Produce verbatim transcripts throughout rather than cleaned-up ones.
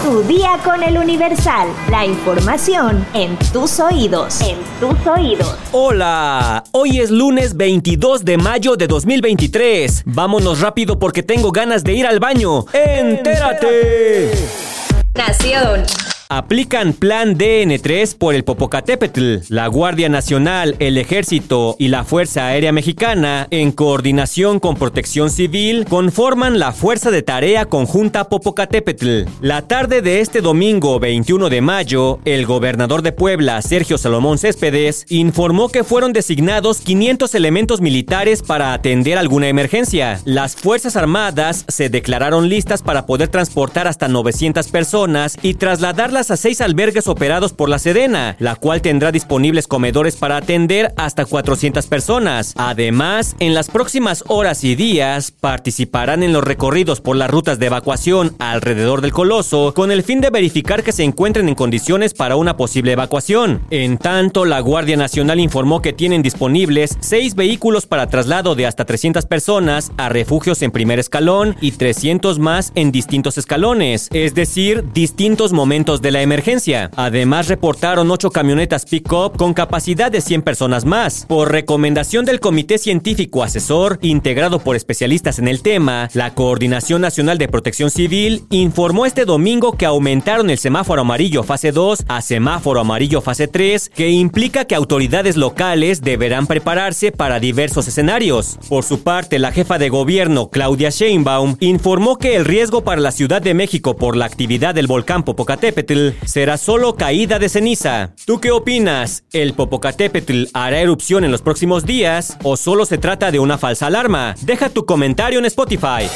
Tu día con el Universal. La información en tus oídos. En tus oídos. Hola, hoy es lunes veintidós de mayo de dos mil veintitrés. Vámonos rápido porque tengo ganas de ir al baño. ¡Entérate! Nación. Aplican Plan D N tres por el Popocatépetl. La Guardia Nacional, el Ejército y la Fuerza Aérea Mexicana, en coordinación con Protección Civil, conforman la Fuerza de Tarea Conjunta Popocatépetl. La tarde de este domingo veintiuno de mayo, el gobernador de Puebla, Sergio Salomón Céspedes, informó que fueron designados quinientos elementos militares para atender alguna emergencia. Las Fuerzas Armadas se declararon listas para poder transportar hasta novecientas personas y trasladarlas a seis albergues operados por la Sedena, la cual tendrá disponibles comedores para atender hasta cuatrocientas personas. Además, en las próximas horas y días, participarán en los recorridos por las rutas de evacuación alrededor del Coloso, con el fin de verificar que se encuentren en condiciones para una posible evacuación. En tanto, la Guardia Nacional informó que tienen disponibles seis vehículos para traslado de hasta trescientas personas a refugios en primer escalón y trescientos más en distintos escalones, es decir, distintos momentos de la emergencia. Además, reportaron ocho camionetas pick-up con capacidad de cien personas más. Por recomendación del Comité Científico Asesor, integrado por especialistas en el tema, la Coordinación Nacional de Protección Civil informó este domingo que aumentaron el semáforo amarillo fase dos a semáforo amarillo fase tres, que implica que autoridades locales deberán prepararse para diversos escenarios. Por su parte, la jefa de gobierno, Claudia Sheinbaum, informó que el riesgo para la Ciudad de México por la actividad del volcán Popocatépetl será solo caída de ceniza. ¿Tú qué opinas? ¿El Popocatépetl hará erupción en los próximos días o solo se trata de una falsa alarma? Deja tu comentario en Spotify.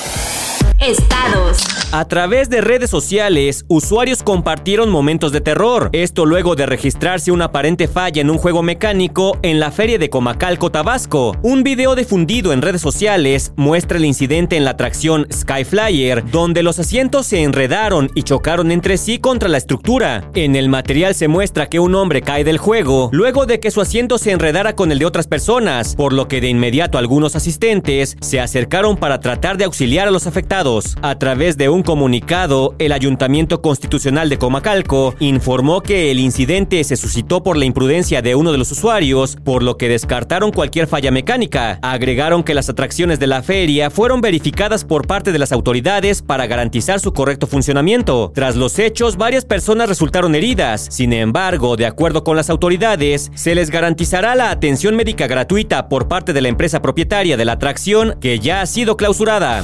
Estados. A través de redes sociales, usuarios compartieron momentos de terror. Esto luego de registrarse una aparente falla en un juego mecánico en la feria de Comacalco, Tabasco. Un video difundido en redes sociales muestra el incidente en la atracción Skyflyer, donde los asientos se enredaron y chocaron entre sí contra la estructura. En el material se muestra que un hombre cae del juego luego de que su asiento se enredara con el de otras personas, por lo que de inmediato algunos asistentes se acercaron para tratar de auxiliar a los afectados. A través de un comunicado, el Ayuntamiento Constitucional de Comacalco informó que el incidente se suscitó por la imprudencia de uno de los usuarios, por lo que descartaron cualquier falla mecánica. Agregaron que las atracciones de la feria fueron verificadas por parte de las autoridades para garantizar su correcto funcionamiento. Tras los hechos, varias personas resultaron heridas. Sin embargo, de acuerdo con las autoridades, se les garantizará la atención médica gratuita por parte de la empresa propietaria de la atracción, que ya ha sido clausurada.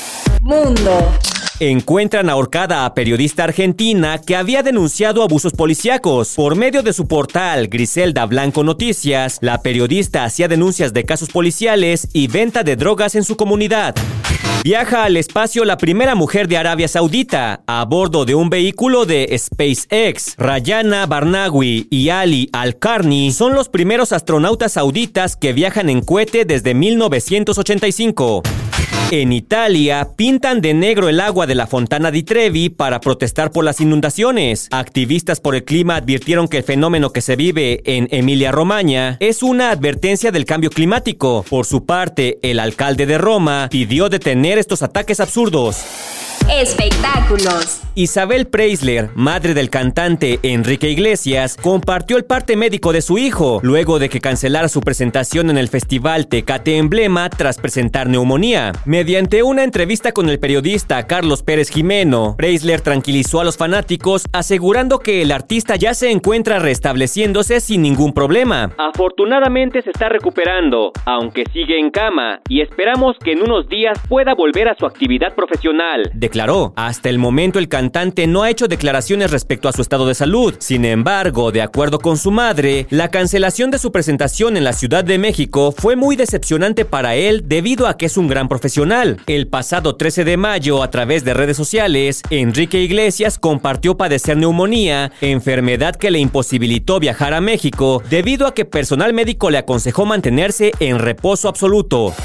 Mundo. Encuentran ahorcada a periodista argentina que había denunciado abusos policíacos. Por medio de su portal Griselda Blanco Noticias, la periodista hacía denuncias de casos policiales y venta de drogas en su comunidad. Viaja al espacio la primera mujer de Arabia Saudita a bordo de un vehículo de SpaceX. Rayana Barnawi y Ali Al-Karni son los primeros astronautas sauditas que viajan en cohete desde mil novecientos ochenta y cinco. En Italia, pintan de negro el agua de la Fontana di Trevi para protestar por las inundaciones. Activistas por el clima advirtieron que el fenómeno que se vive en Emilia-Romagna es una advertencia del cambio climático. Por su parte, el alcalde de Roma pidió detener estos ataques absurdos. Espectáculos. Isabel Preisler, madre del cantante Enrique Iglesias, compartió el parte médico de su hijo, luego de que cancelara su presentación en el festival Tecate Emblema tras presentar neumonía. Mediante una entrevista con el periodista Carlos Pérez Jimeno, Preisler tranquilizó a los fanáticos, asegurando que el artista ya se encuentra restableciéndose sin ningún problema. Afortunadamente se está recuperando, aunque sigue en cama, y esperamos que en unos días pueda volver a su actividad profesional, declaró. Hasta el momento el cantante no ha hecho declaraciones respecto a su estado de salud. Sin embargo, de acuerdo con su madre, la cancelación de su presentación en la Ciudad de México fue muy decepcionante para él debido a que es un gran profesional. El pasado trece de mayo, a través de redes sociales, Enrique Iglesias compartió padecer neumonía, enfermedad que le imposibilitó viajar a México debido a que personal médico le aconsejó mantenerse en reposo absoluto.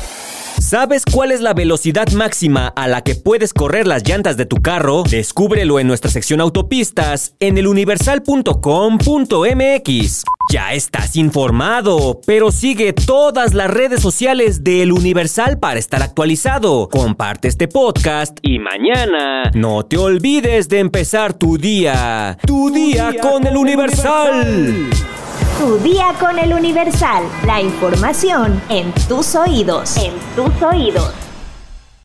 ¿Sabes cuál es la velocidad máxima a la que puedes correr las llantas de tu carro? Descúbrelo en nuestra sección autopistas en el universal punto com punto m x. Ya estás informado, pero sigue todas las redes sociales de El Universal para estar actualizado. Comparte este podcast y mañana no te olvides de empezar tu día. Tu día con El Universal. Tu día con El Universal. La información en tus oídos. En tus oídos.